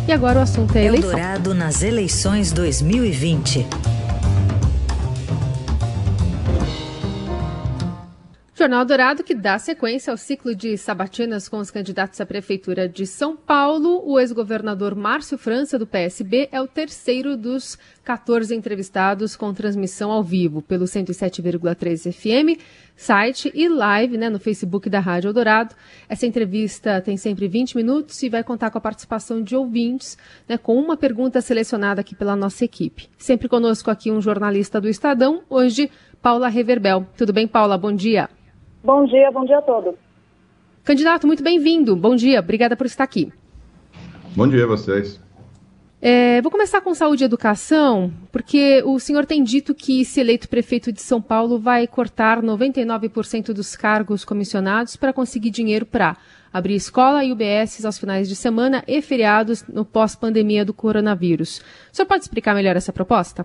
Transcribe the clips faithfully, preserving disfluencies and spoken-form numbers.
E agora o assunto é eleição. Eldorado nas eleições dois mil e vinte. Jornal Dourado, que dá sequência ao ciclo de sabatinas com os candidatos à Prefeitura de São Paulo. O ex-governador Márcio França, do P S B, é o terceiro dos quatorze entrevistados com transmissão ao vivo pelo cento e sete vírgula três F M, site e live, né, no Facebook da Rádio Eldorado. Essa entrevista tem sempre vinte minutos e vai contar com a participação de ouvintes, né, com uma pergunta selecionada aqui pela nossa equipe. Sempre conosco aqui um jornalista do Estadão, hoje Paula Reverbel. Tudo bem, Paula? Bom dia. Bom dia, bom dia a todos. Candidato, muito bem-vindo. Bom dia, obrigada por estar aqui. Bom dia a vocês. É, vou começar com saúde e educação, porque o senhor tem dito que, se eleito prefeito de São Paulo, vai cortar noventa e nove por cento dos cargos comissionados para conseguir dinheiro para abrir escola e U B S aos finais de semana e feriados no pós-pandemia do coronavírus. O senhor pode explicar melhor essa proposta?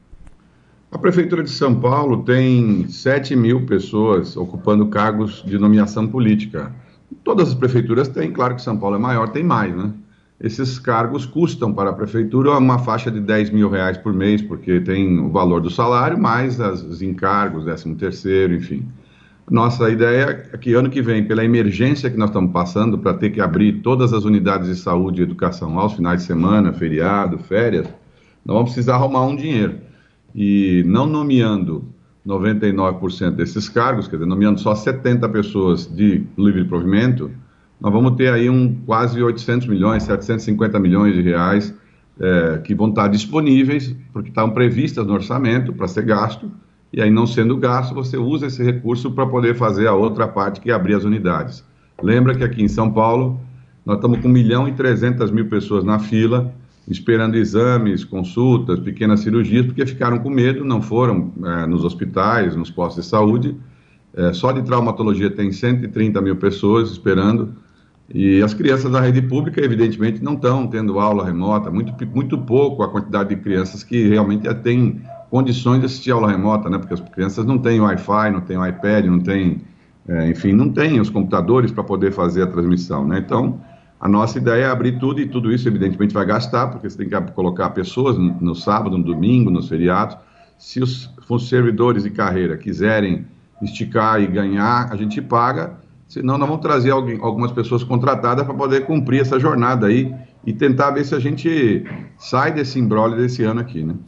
A Prefeitura de São Paulo tem sete mil pessoas ocupando cargos de nomeação política. Todas as prefeituras têm, claro que São Paulo é maior, tem mais, né? Esses cargos custam para a Prefeitura uma faixa de dez mil reais por mês, porque tem o valor do salário, mais as, os encargos, décimo terceiro, enfim. Nossa ideia é que ano que vem, pela emergência que nós estamos passando, para ter que abrir todas as unidades de saúde e educação aos finais de semana, feriado, férias, nós vamos precisar arrumar um dinheiro. E não nomeando noventa e nove por cento desses cargos, quer dizer, nomeando só setenta pessoas de livre provimento, nós vamos ter aí um quase oitocentos milhões, setecentos e cinquenta milhões de reais é, que vão estar disponíveis, porque estão previstas no orçamento para ser gasto, e aí não sendo gasto, você usa esse recurso para poder fazer a outra parte, que é abrir as unidades. Lembra que aqui em São Paulo, nós estamos com um milhão e trezentas mil pessoas na fila, esperando exames, consultas, pequenas cirurgias, porque ficaram com medo, não foram é, nos hospitais, nos postos de saúde. É, só de traumatologia tem cento e trinta mil pessoas esperando, e as crianças da rede pública, evidentemente, não estão tendo aula remota, muito, muito pouco a quantidade de crianças que realmente têm condições de assistir aula remota, né? Porque as crianças não têm Wi-Fi, não têm iPad, não têm, é, enfim, não têm os computadores para poder fazer a transmissão, né? Então, a nossa ideia é abrir tudo, e tudo isso, evidentemente, vai gastar, porque você tem que colocar pessoas no, no sábado, no domingo, nos feriados. Se os, os servidores de carreira quiserem esticar e ganhar, a gente paga. Senão, nós vamos trazer alguém, algumas pessoas contratadas para poder cumprir essa jornada aí e tentar ver se a gente sai desse imbróglio desse ano aqui, né?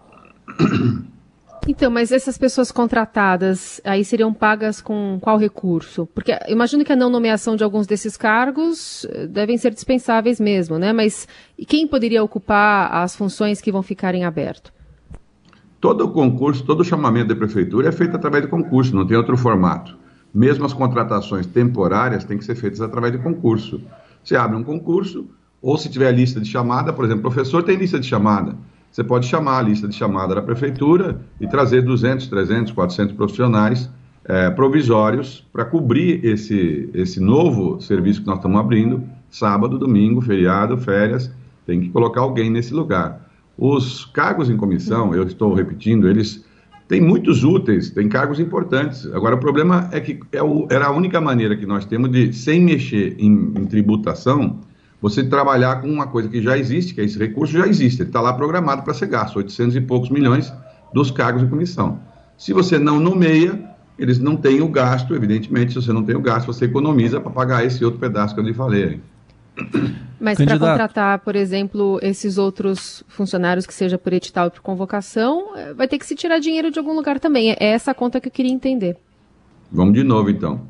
Então, mas essas pessoas contratadas aí seriam pagas com qual recurso? Porque eu imagino que a não nomeação de alguns desses cargos devem ser dispensáveis mesmo, né? Mas quem poderia ocupar as funções que vão ficar em aberto? Todo o concurso, todo o chamamento da prefeitura é feito através de concurso, não tem outro formato. Mesmo as contratações temporárias têm que ser feitas através de concurso. Você abre um concurso, ou se tiver lista de chamada, por exemplo, professor tem lista de chamada. Você pode chamar a lista de chamada da prefeitura e trazer duzentos, trezentos, quatrocentos profissionais é, provisórios para cobrir esse, esse novo serviço que nós estamos abrindo, sábado, domingo, feriado, férias, tem que colocar alguém nesse lugar. Os cargos em comissão, eu estou repetindo, eles têm muitos úteis, têm cargos importantes. Agora, o problema é que é o, era a única maneira que nós temos de, sem mexer em, em tributação, você trabalhar com uma coisa que já existe, que é esse recurso já existe, ele está lá programado para ser gasto, oitocentos e poucos milhões dos cargos em comissão. Se você não nomeia, eles não têm o gasto, evidentemente, se você não tem o gasto, você economiza para pagar esse outro pedaço que eu lhe falei. Mas para contratar, por exemplo, esses outros funcionários, que seja por edital e por convocação, vai ter que se tirar dinheiro de algum lugar também. É essa a conta que eu queria entender. Vamos de novo, então.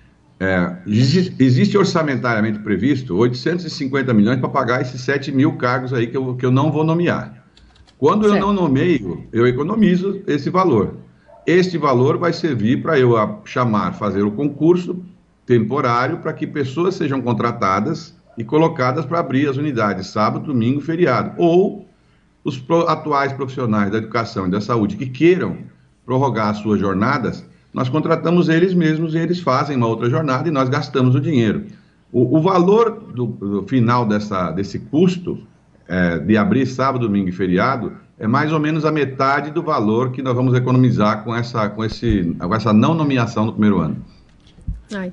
É, existe, existe orçamentariamente previsto oitocentos e cinquenta milhões para pagar esses sete mil cargos aí que eu, que eu não vou nomear. Quando certo. Eu não nomeio, eu economizo esse valor. Este valor vai servir para eu chamar, fazer o concurso temporário para que pessoas sejam contratadas e colocadas para abrir as unidades sábado, domingo, feriado. Ou os pro, atuais profissionais da educação e da saúde que queiram prorrogar as suas jornadas, nós contratamos eles mesmos e eles fazem uma outra jornada e nós gastamos o dinheiro. O, o valor do, do final dessa, desse custo é, de abrir sábado, domingo e feriado é mais ou menos a metade do valor que nós vamos economizar com essa, com esse, com essa não nomeação no primeiro ano. Ah, entendi.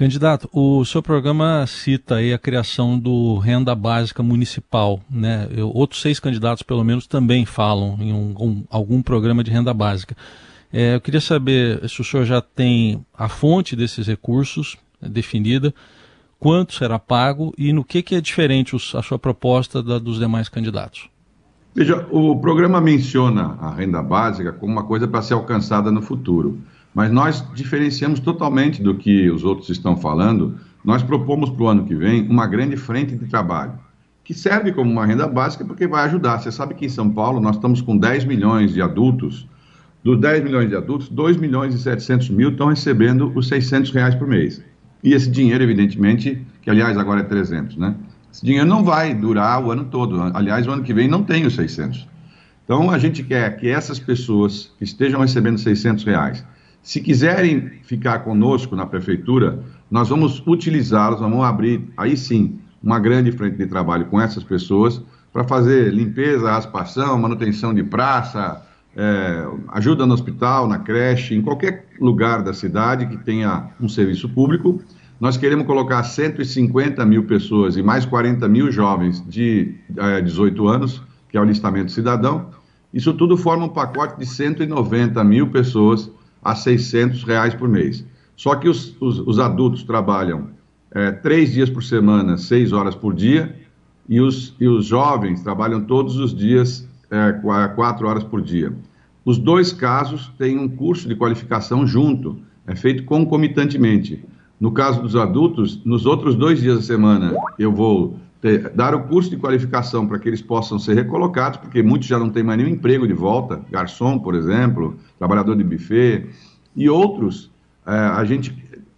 Candidato, o seu programa cita aí a criação do Renda Básica Municipal, né? Eu, outros seis candidatos, pelo menos, também falam em um, um, algum programa de renda básica. É, eu queria saber se o senhor já tem a fonte desses recursos definida, quanto será pago e no que, que é diferente os, a sua proposta da, dos demais candidatos. Veja, o programa menciona a renda básica como uma coisa para ser alcançada no futuro. Mas nós diferenciamos totalmente do que os outros estão falando. Nós propomos para o ano que vem uma grande frente de trabalho, que serve como uma renda básica porque vai ajudar. Você sabe que em São Paulo nós estamos com dez milhões de adultos. Dos dez milhões de adultos, dois milhões e setecentos mil estão recebendo os seiscentos reais por mês. E esse dinheiro, evidentemente, que aliás agora é trezentos, né? Esse dinheiro não vai durar o ano todo. Aliás, o ano que vem não tem os seiscentos. Então, a gente quer que essas pessoas que estejam recebendo seiscentos reais, se quiserem ficar conosco na prefeitura, nós vamos utilizá-los, vamos abrir, aí sim, uma grande frente de trabalho com essas pessoas para fazer limpeza, raspação, manutenção de praça, é, ajuda no hospital, na creche, em qualquer lugar da cidade que tenha um serviço público. Nós queremos colocar cento e cinquenta mil pessoas e mais quarenta mil jovens de é, dezoito anos, que é o alistamento cidadão. Isso tudo forma um pacote de cento e noventa mil pessoas a seiscentos reais por mês. Só que os, os, os adultos trabalham é, três dias por semana, seis horas por dia, e os, e os jovens trabalham todos os dias, é, quatro horas por dia. Os dois casos têm um curso de qualificação junto, é feito concomitantemente. No caso dos adultos, nos outros dois dias da semana, eu vou ter, dar o curso de qualificação para que eles possam ser recolocados, porque muitos já não têm mais nenhum emprego de volta, garçom, por exemplo, trabalhador de buffet, e outros, é, a gente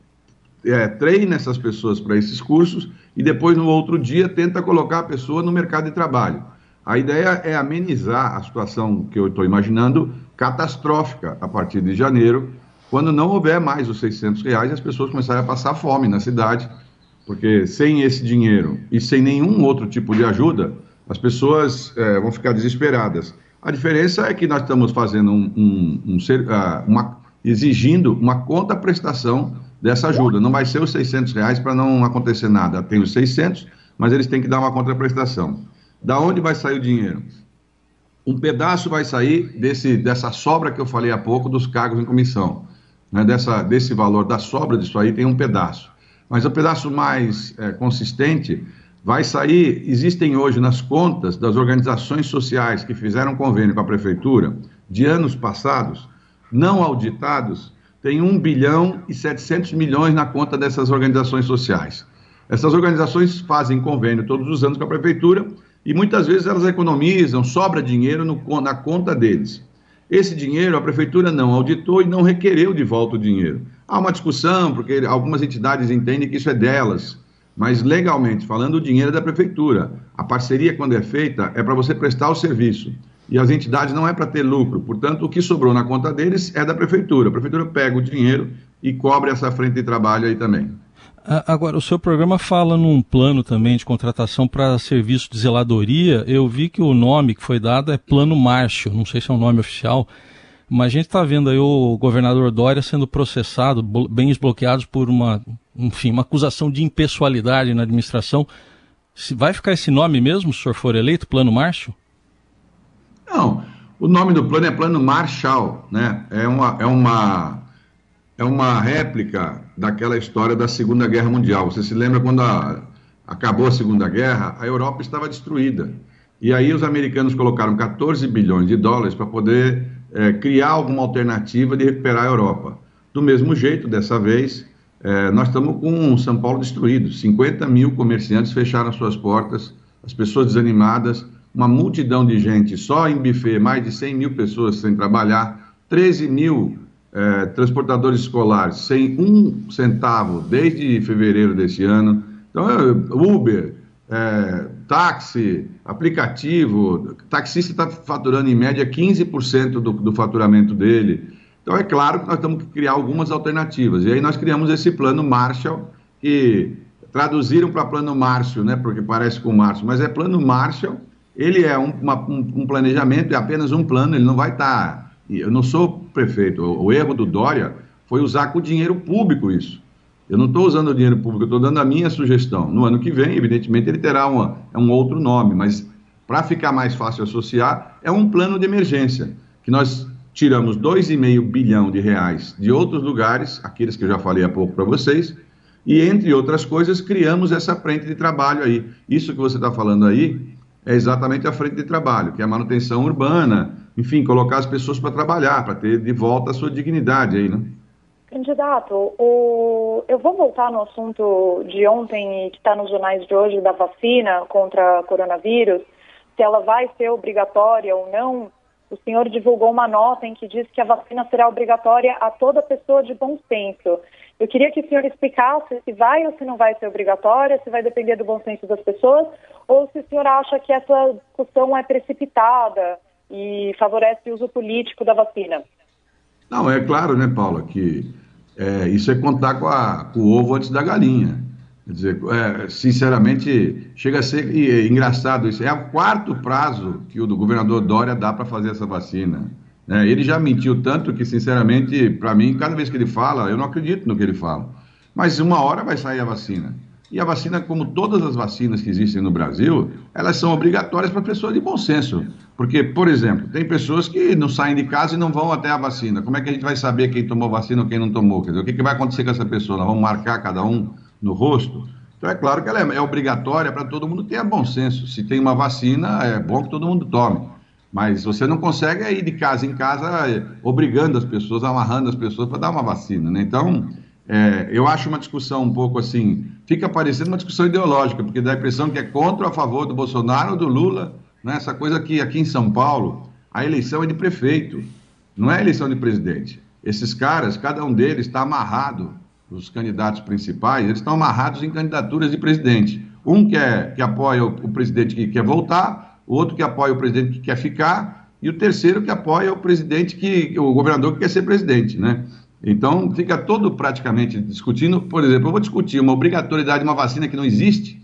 é, treina essas pessoas para esses cursos e depois, no outro dia, tenta colocar a pessoa no mercado de trabalho. A ideia é amenizar a situação que eu estou imaginando, catastrófica, a partir de janeiro, quando não houver mais os seiscentos reais e as pessoas começarem a passar fome na cidade, porque sem esse dinheiro e sem nenhum outro tipo de ajuda, as pessoas é, vão ficar desesperadas. A diferença é que nós estamos fazendo um, um, um, uma, exigindo uma contraprestação dessa ajuda. Não vai ser os seiscentos reais para não acontecer nada. Tem os seiscentos, mas eles têm que dar uma contraprestação. Da onde vai sair o dinheiro? Um pedaço vai sair desse, dessa sobra que eu falei há pouco dos cargos em comissão. Né? Dessa, desse valor da sobra disso aí tem um pedaço. Mas o pedaço mais é, consistente vai sair, existem hoje nas contas das organizações sociais que fizeram convênio com a prefeitura de anos passados, não auditados, tem um bilhão e setecentos milhões na conta dessas organizações sociais. Essas organizações fazem convênio todos os anos com a prefeitura e muitas vezes elas economizam, sobra dinheiro no, na conta deles. Esse dinheiro a prefeitura não auditou e não requereu de volta o dinheiro. Há uma discussão, porque algumas entidades entendem que isso é delas, mas legalmente falando, o dinheiro é da prefeitura. A parceria, quando é feita, é para você prestar o serviço. E as entidades não é para ter lucro. Portanto, o que sobrou na conta deles é da prefeitura. A prefeitura pega o dinheiro e cobre essa frente de trabalho aí também. Agora, o seu programa fala num plano também de contratação para serviço de zeladoria. Eu vi que o nome que foi dado é Plano Márcio, não sei se é um nome oficial, mas a gente está vendo aí o governador Dória sendo processado, bens bloqueados por uma, enfim, uma acusação de impessoalidade na administração. Vai ficar esse nome mesmo, se o senhor for eleito, Plano Márcio? Não, o nome do plano é Plano Marshall, né? É uma... É uma... É uma réplica daquela história da Segunda Guerra Mundial. Você se lembra quando a, acabou a Segunda Guerra, a Europa estava destruída. E aí os americanos colocaram quatorze bilhões de dólares para poder é, criar alguma alternativa de recuperar a Europa. Do mesmo jeito, dessa vez, é, nós estamos com São Paulo destruído. cinquenta mil comerciantes fecharam suas portas, as pessoas desanimadas, uma multidão de gente só em buffet, mais de cem mil pessoas sem trabalhar, treze mil... É, transportadores escolares sem um centavo desde fevereiro desse ano. Então, é, Uber, é, táxi, aplicativo, taxista está faturando em média quinze por cento do, do faturamento dele. Então, é claro que nós temos que criar algumas alternativas. E aí nós criamos esse plano Marshall, que traduziram para plano Márcio, né, porque parece com Márcio, mas é plano Marshall. Ele é um, uma, um, um planejamento, é apenas um plano, ele não vai estar... Tá... Eu não sou prefeito, o erro do Dória foi usar com dinheiro público isso. Eu não estou usando o dinheiro público, eu estou dando a minha sugestão. No ano que vem, evidentemente, ele terá uma, é um outro nome, mas para ficar mais fácil associar, é um plano de emergência, que nós tiramos dois vírgula cinco bilhão de reais de outros lugares, aqueles que eu já falei há pouco para vocês, e, entre outras coisas, criamos essa frente de trabalho aí. Isso que você está falando aí é exatamente a frente de trabalho, que é a manutenção urbana, enfim, colocar as pessoas para trabalhar, para ter de volta a sua dignidade aí, né? Candidato, o... eu vou voltar no assunto de ontem e que está nos jornais de hoje da vacina contra coronavírus, se ela vai ser obrigatória ou não. O senhor divulgou uma nota em que diz que a vacina será obrigatória a toda pessoa de bom senso. Eu queria que o senhor explicasse se vai ou se não vai ser obrigatória, se vai depender do bom senso das pessoas, ou se o senhor acha que essa discussão é precipitada e favorece o uso político da vacina. Não, é claro, né, Paula, que é, isso é contar com, a, com o ovo antes da galinha. Quer dizer, é, sinceramente, chega a ser é, engraçado isso. É o quarto prazo que o do governador Dória dá para fazer essa vacina. Né? Ele já mentiu tanto que, sinceramente, para mim, cada vez que ele fala, eu não acredito no que ele fala. Mas uma hora vai sair a vacina. E a vacina, como todas as vacinas que existem no Brasil, elas são obrigatórias para pessoas de bom senso. Porque, por exemplo, tem pessoas que não saem de casa e não vão até a vacina. Como é que a gente vai saber quem tomou vacina ou quem não tomou? Quer dizer, o que, que vai acontecer com essa pessoa? Nós vamos marcar cada um no rosto? Então, é claro que ela é, é obrigatória para todo mundo ter bom senso. Se tem uma vacina, é bom que todo mundo tome. Mas você não consegue ir de casa em casa é, obrigando as pessoas, amarrando as pessoas para dar uma vacina, né? Então, é, eu acho uma discussão um pouco assim, fica parecendo uma discussão ideológica, porque dá a impressão que é contra ou a favor do Bolsonaro ou do Lula, né? Essa coisa que aqui em São Paulo, a eleição é de prefeito, não é eleição de presidente. Esses caras, cada um deles está amarrado, os candidatos principais, eles estão amarrados em candidaturas de presidente. Um que, é, que apoia o, o presidente que quer voltar, o outro que apoia o presidente que quer ficar, e o terceiro que apoia o presidente que, o governador que quer ser presidente, né? Então, fica todo praticamente discutindo, por exemplo, eu vou discutir uma obrigatoriedade de uma vacina que não existe.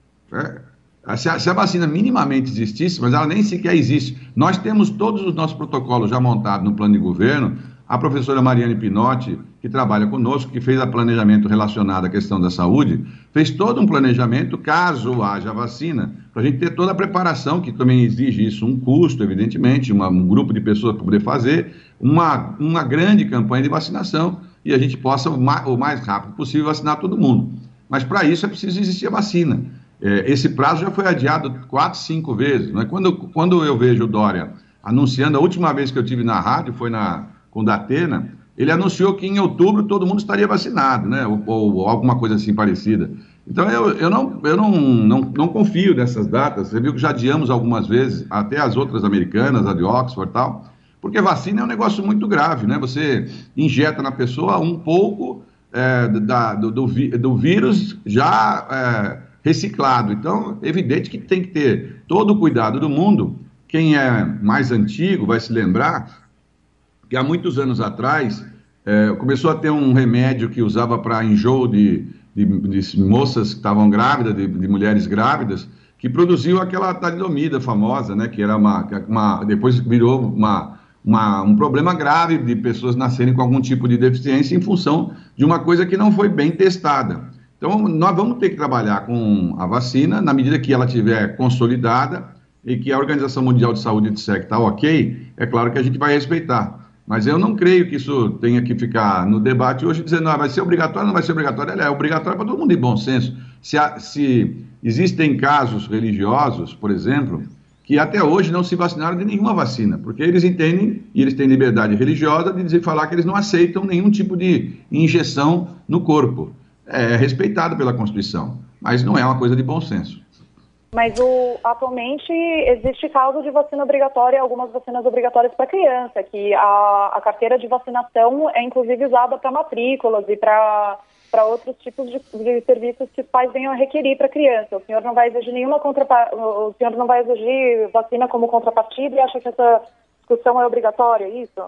É, se, a, se a vacina minimamente existisse, mas ela nem sequer existe. Nós temos todos os nossos protocolos já montados no plano de governo. A professora Mariane Pinotti, que trabalha conosco, que fez o planejamento relacionado à questão da saúde, fez todo um planejamento, caso haja vacina, para a gente ter toda a preparação, que também exige isso, um custo, evidentemente, uma, um grupo de pessoas para poder fazer, uma, uma grande campanha de vacinação, e a gente possa, o mais, o mais rápido possível, vacinar todo mundo. Mas para isso é preciso existir a vacina. É, esse prazo já foi adiado quatro, cinco vezes. Né? Quando, quando eu vejo o Dória anunciando, a última vez que eu tive na rádio foi na... com o Datena, ele anunciou que em outubro todo mundo estaria vacinado, né? Ou, ou alguma coisa assim parecida. Então, eu, eu, não, eu não, não, não confio nessas datas. Você viu que já adiamos algumas vezes, até as outras americanas, a de Oxford e tal, porque vacina é um negócio muito grave, né? Você injeta na pessoa um pouco é, da, do, do, do vírus já é, reciclado. Então, é evidente que tem que ter todo o cuidado do mundo. Quem é mais antigo vai se lembrar que há muitos anos atrás é, começou a ter um remédio que usava para enjoo de, de, de moças que estavam grávidas, de, de mulheres grávidas, que produziu aquela talidomida famosa, né, que era uma, uma depois virou uma, uma, um problema grave de pessoas nascerem com algum tipo de deficiência em função de uma coisa que não foi bem testada. Então, nós vamos ter que trabalhar com a vacina na medida que ela estiver consolidada e que a Organização Mundial de Saúde disser que está ok, é claro que a gente vai respeitar. Mas eu não creio que isso tenha que ficar no debate hoje dizendo, ah, vai ser obrigatório ou não vai ser obrigatório. Ela é obrigatória para todo mundo de bom senso. Se, há, se existem casos religiosos, por exemplo, que até hoje não se vacinaram de nenhuma vacina, porque eles entendem, e eles têm liberdade religiosa de dizer, falar que eles não aceitam nenhum tipo de injeção no corpo. É respeitado pela Constituição, mas não é uma coisa de bom senso. Mas o, atualmente existe caso de vacina obrigatória, algumas vacinas obrigatórias para criança, que a, a carteira de vacinação é inclusive usada para matrículas e para para outros tipos de, de serviços que os pais venham a requerir para a criança. O senhor não vai exigir nenhuma contrapa- o senhor não vai exigir vacina como contrapartida e acha que essa discussão é obrigatória, é isso?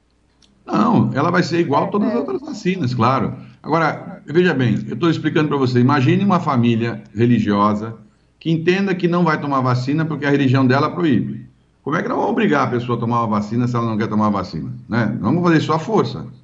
Não, ela vai ser igual a todas as outras vacinas, claro. Agora, veja bem, eu estou explicando para você, imagine uma família religiosa que entenda que não vai tomar vacina porque a religião dela proíbe. Como é que nós vamos obrigar a pessoa a tomar uma vacina se ela não quer tomar a vacina? Né? Vamos fazer isso à força.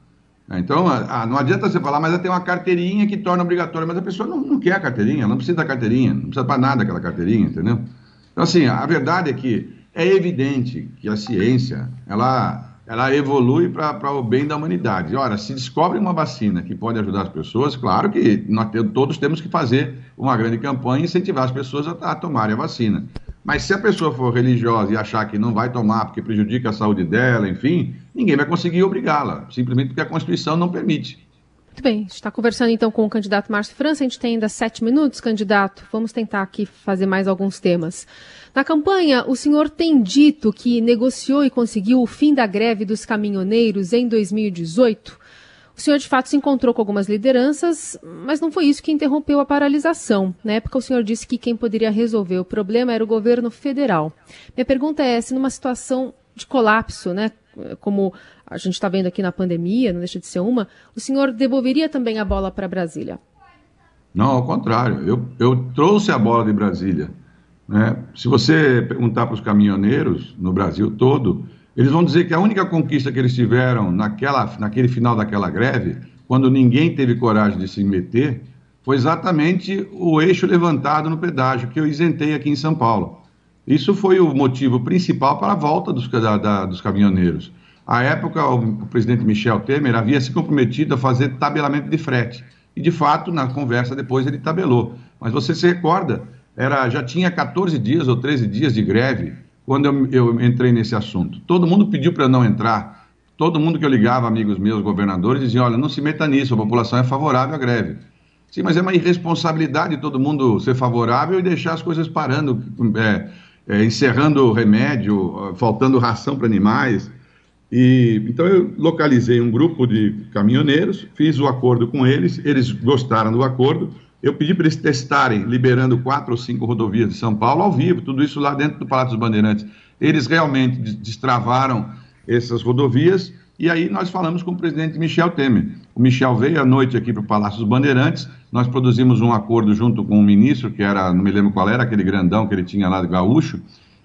Então, a, a, não adianta você falar, mas ela tem uma carteirinha que torna obrigatória, mas a pessoa não, não quer a carteirinha, ela não precisa da carteirinha, não precisa para nada aquela carteirinha, entendeu? Então, assim, a verdade é que é evidente que a ciência, ela, ela evolui para o bem da humanidade. Ora, se descobre uma vacina que pode ajudar as pessoas, claro que nós todos temos que fazer uma grande campanha e incentivar as pessoas a, a tomarem a vacina. Mas se a pessoa for religiosa e achar que não vai tomar porque prejudica a saúde dela, enfim, ninguém vai conseguir obrigá-la, simplesmente porque a Constituição não permite. Muito bem, a gente está conversando então com o candidato Márcio França, a gente tem ainda sete minutos, candidato, vamos tentar aqui fazer mais alguns temas. Na campanha, o senhor tem dito que negociou e conseguiu o fim da greve dos caminhoneiros em dois mil e dezoito. O senhor, de fato, se encontrou com algumas lideranças, mas não foi isso que interrompeu a paralisação. Na época, o senhor disse que quem poderia resolver o problema era o governo federal. Minha pergunta é se numa situação de colapso, né, como a gente está vendo aqui na pandemia, não deixa de ser uma, o senhor devolveria também a bola para Brasília? Não, ao contrário. Eu, eu trouxe a bola de Brasília. Né? Se você perguntar para os caminhoneiros no Brasil todo, eles vão dizer que a única conquista que eles tiveram naquela, naquele final daquela greve, quando ninguém teve coragem de se meter, foi exatamente o eixo levantado no pedágio que eu isentei aqui em São Paulo. Isso foi o motivo principal para a volta dos, da, da, dos caminhoneiros. À época, o, o presidente Michel Temer havia se comprometido a fazer tabelamento de frete. E, de fato, na conversa depois ele tabelou. Mas você se recorda, era, já tinha quatorze dias ou treze dias de greve quando eu, eu entrei nesse assunto. Todo mundo pediu para eu não entrar. Todo mundo que eu ligava, amigos meus, governadores, dizia, olha, não se meta nisso, a população é favorável à greve. Sim, mas é uma irresponsabilidade todo mundo ser favorável e deixar as coisas parando, é, é, encerrando remédio, faltando ração para animais. E, então eu localizei um grupo de caminhoneiros, fiz o acordo com eles, eles gostaram do acordo. Eu pedi para eles testarem, liberando quatro ou cinco rodovias de São Paulo ao vivo, tudo isso lá dentro do Palácio dos Bandeirantes. Eles realmente destravaram essas rodovias e aí nós falamos com o presidente Michel Temer. O Michel veio à noite aqui para o Palácio dos Bandeirantes, nós produzimos um acordo junto com o ministro, que era, não me lembro qual era, aquele grandão que ele tinha lá do Gaúcho,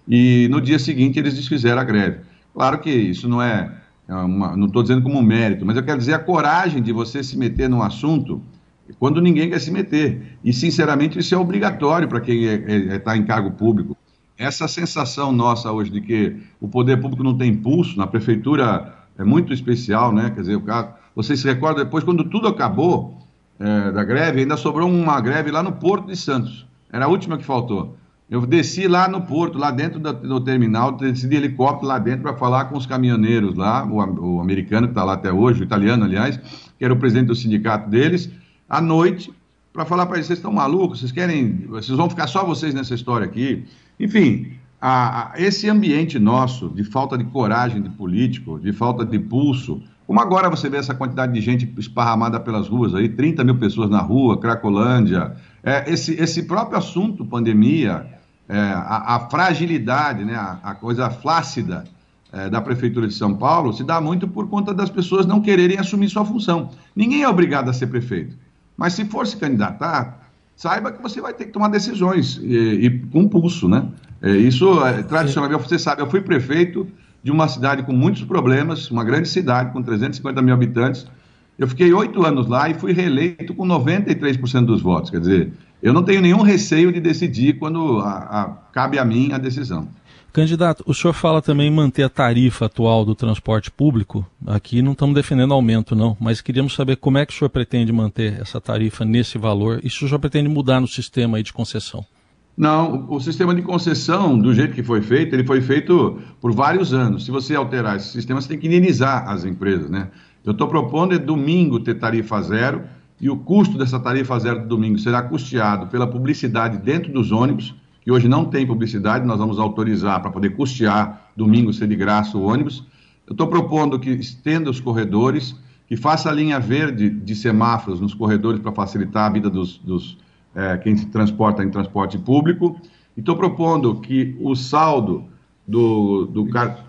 e no dia seguinte eles desfizeram a greve. Claro que isso não é, é uma, não estou dizendo como mérito, mas eu quero dizer a coragem de você se meter num assunto quando ninguém quer se meter. E, sinceramente, isso é obrigatório para quem está é, é, tá em cargo público. Essa sensação nossa hoje de que o poder público não tem pulso, na prefeitura é muito especial, né? Quer dizer, o cara, vocês se recordam, depois, quando tudo acabou é, da greve, ainda sobrou uma greve lá no Porto de Santos. Era a última que faltou. Eu desci lá no Porto, lá dentro do, do terminal, desci de helicóptero lá dentro para falar com os caminhoneiros lá, o, o americano que está lá até hoje, o italiano, aliás, que era o presidente do sindicato deles, à noite, para falar para eles, vocês estão malucos, vocês querem, vocês vão ficar só vocês nessa história aqui. Enfim, a, a, esse ambiente nosso de falta de coragem de político, de falta de pulso, como agora você vê essa quantidade de gente esparramada pelas ruas aí, trinta mil pessoas na rua, Cracolândia, é, esse, esse próprio assunto, pandemia, é, a, a fragilidade, né, a, a coisa flácida é, da Prefeitura de São Paulo, se dá muito por conta das pessoas não quererem assumir sua função. Ninguém é obrigado a ser prefeito. Mas se for se candidatar, saiba que você vai ter que tomar decisões e, e com pulso, né? É, isso é tradicionalmente, você sabe, eu fui prefeito de uma cidade com muitos problemas, uma grande cidade com trezentos e cinquenta mil habitantes. Eu fiquei oito anos lá e fui reeleito com noventa e três por cento dos votos. Quer dizer, eu não tenho nenhum receio de decidir quando a, a, cabe a mim a decisão. Candidato, o senhor fala também em manter a tarifa atual do transporte público. Aqui não estamos defendendo aumento, não, mas queríamos saber como é que o senhor pretende manter essa tarifa nesse valor e se o senhor pretende mudar no sistema aí de concessão. Não, o, o sistema de concessão, do jeito que foi feito, ele foi feito por vários anos. Se você alterar esse sistema, você tem que indenizar as empresas, né? Eu estou propondo é domingo ter tarifa zero e o custo dessa tarifa zero do domingo será custeado pela publicidade dentro dos ônibus, que hoje não tem publicidade, nós vamos autorizar para poder custear domingo ser de graça o ônibus. Eu estou propondo que estenda os corredores, que faça a linha verde de semáforos nos corredores para facilitar a vida dos, dos é, quem se transporta em transporte público. E estou propondo que o saldo do, do,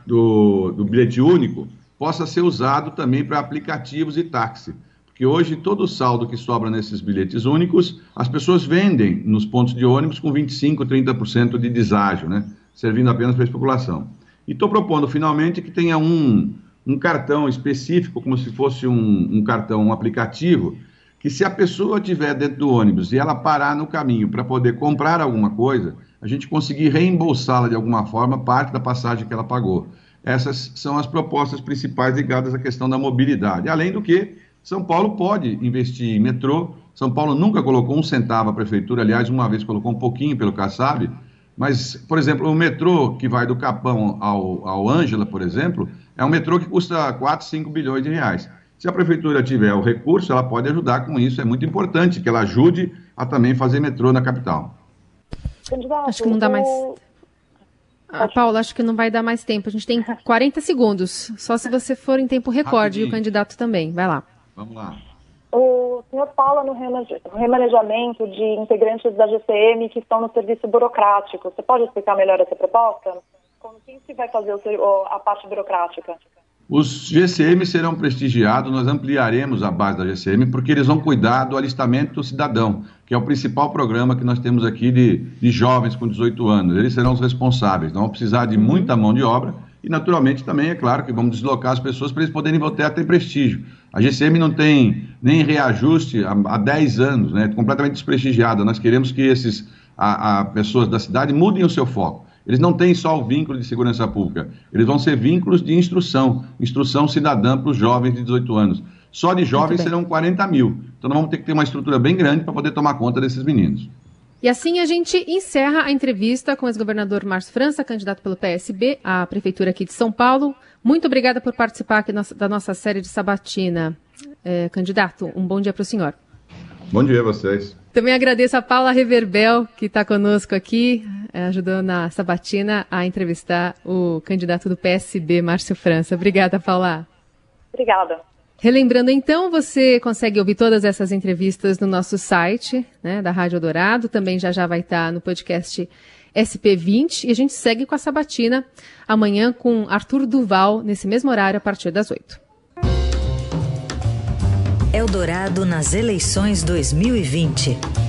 do, do bilhete único possa ser usado também para aplicativos e táxi. Porque hoje todo o saldo que sobra nesses bilhetes únicos, as pessoas vendem nos pontos de ônibus com vinte e cinco por cento, trinta por cento de deságio, né? Servindo apenas para a especulação. E estou propondo, finalmente, que tenha um, um cartão específico, como se fosse um, um cartão, um aplicativo, que se a pessoa estiver dentro do ônibus e ela parar no caminho para poder comprar alguma coisa, a gente conseguir reembolsá-la de alguma forma parte da passagem que ela pagou. Essas são as propostas principais ligadas à questão da mobilidade. Além do que, São Paulo pode investir em metrô. São Paulo nunca colocou um centavo à prefeitura, aliás, uma vez colocou um pouquinho pelo Kassab, mas, por exemplo, o metrô que vai do Capão ao, ao Ângela, por exemplo, é um metrô que custa quatro, cinco bilhões de reais. Se a prefeitura tiver o recurso, ela pode ajudar com isso. É muito importante que ela ajude a também fazer metrô na capital. Candidato, acho que não dá mais... Ah, Paula, acho que não vai dar mais tempo. A gente tem quarenta segundos. Só se você for em tempo recorde. Rapidinho. E o candidato também. Vai lá. Vamos lá. O senhor fala no remanejamento de integrantes da G C M que estão no serviço burocrático. Você pode explicar melhor essa proposta? Como quem que vai fazer o, a parte burocrática? Os G C M serão prestigiados, nós ampliaremos a base da G C M, porque eles vão cuidar do alistamento cidadão, que é o principal programa que nós temos aqui de, de jovens com dezoito anos. Eles serão os responsáveis, não vão precisar de muita mão de obra e, naturalmente, também é claro que vamos deslocar as pessoas para eles poderem voltar a ter prestígio. A G C M não tem nem reajuste há, há dez anos, né? Completamente desprestigiada. Nós queremos que esses a, a pessoas da cidade mudem o seu foco. Eles não têm só o vínculo de segurança pública, eles vão ser vínculos de instrução, instrução cidadã para os jovens de dezoito anos. Só de jovens serão quarenta mil. Então nós vamos ter que ter uma estrutura bem grande para poder tomar conta desses meninos. E assim a gente encerra a entrevista com o ex-governador Márcio França, candidato pelo P S B à Prefeitura aqui de São Paulo. Muito obrigada por participar aqui da nossa série de sabatina. É, candidato, um bom dia para o senhor. Bom dia a vocês. Também agradeço a Paula Reverbel, que está conosco aqui, ajudou na sabatina a entrevistar o candidato do P S B, Márcio França. Obrigada, Paula. Obrigada. Relembrando, então, você consegue ouvir todas essas entrevistas no nosso site, né, da Rádio Eldorado. Também já já vai estar no podcast S P vinte. E a gente segue com a sabatina amanhã com Arthur Duval, nesse mesmo horário, a partir das oito. Eldorado nas eleições dois mil e vinte.